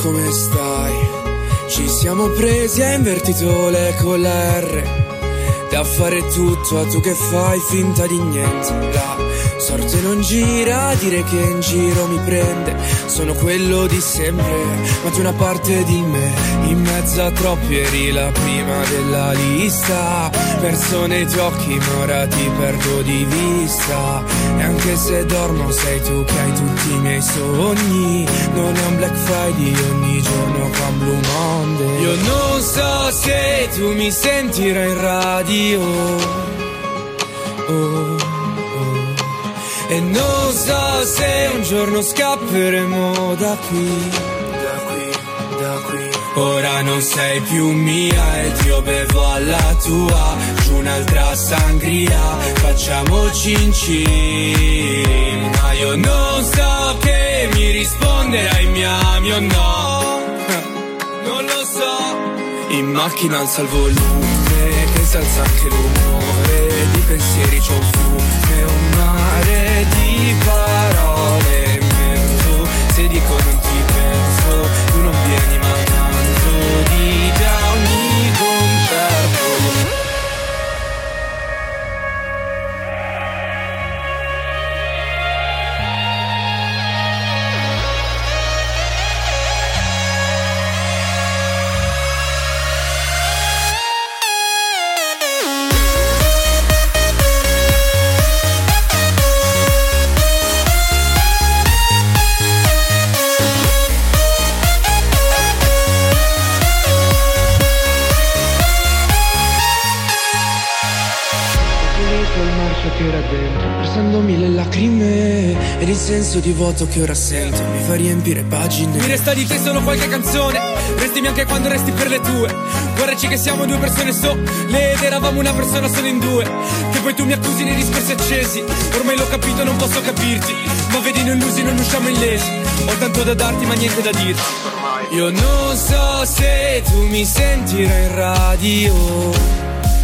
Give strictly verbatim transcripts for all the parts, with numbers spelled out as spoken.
come stai? Ci siamo presi e invertito le con la R. Da fare tutto a tu che fai finta di niente. La sorte non gira, dire che in giro mi prende. Sono quello di sempre, ma tu una parte di me. In mezzo a troppi eri la prima della lista. Perso nei tuoi occhi ma ora ti perdo di vista. E anche se dormo sei tu che hai tutti i miei sogni. Non è un Black Friday ogni giorno con Blue Monday. Io non so se tu mi sentirai in radio. Oh, oh. E non so se un giorno scapperemo da qui, da qui, da qui. Ora non sei più mia ed io bevo alla tua. Giù un'altra sangria, facciamo cin cin. Ma io non so che mi risponderai, mi ami o no. Non lo so. In macchina alza il volume, che si alza anche l'umore. Di pensieri c'è un fiume, un mare di parole in mezzo. Se dico non ti penso, tu non vieni ma tanto di da ogni concerto. Che era dentro, versando mille lacrime ed il senso di vuoto che ora sento mi fa riempire pagine. Mi resta di te solo qualche canzone, restimi anche quando resti per le tue. Guardaci che siamo due persone sole ed eravamo una persona solo in due. Che poi tu mi accusi nei discorsi accesi, ormai l'ho capito non posso capirti. Ma vedi noi illusi non usciamo illesi. Ho tanto da darti ma niente da dirti. Io non so se tu mi sentirai in radio.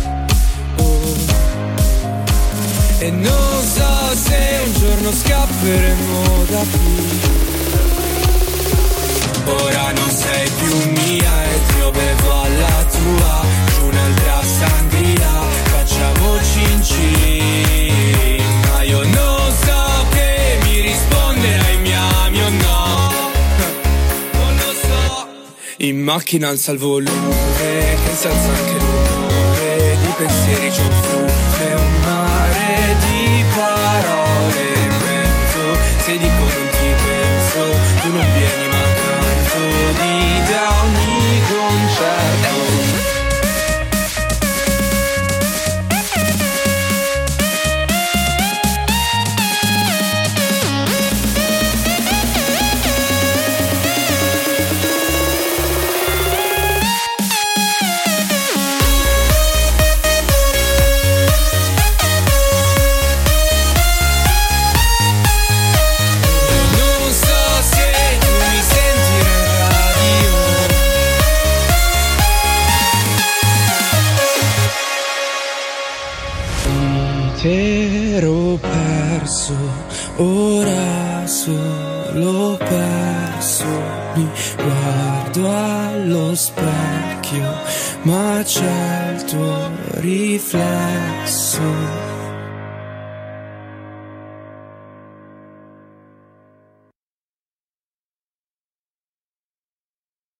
E non so se un giorno scapperemo da qui. Ora non sei più mia ed io bevo alla tua. Giù un'altra sangria, facciamo cin cin. Ma io non so che mi risponderai, mi ami o no. Non lo so. In macchina alza il volume, che si alza anche l'umore. Di pensieri c'è un fiume, un mare di parole in mezzo. Se dico non ti penso, tu non vieni ma canto di da ogni concerto. Ero perso, ora solo perso. Mi guardo allo specchio, ma c'è il tuo riflesso.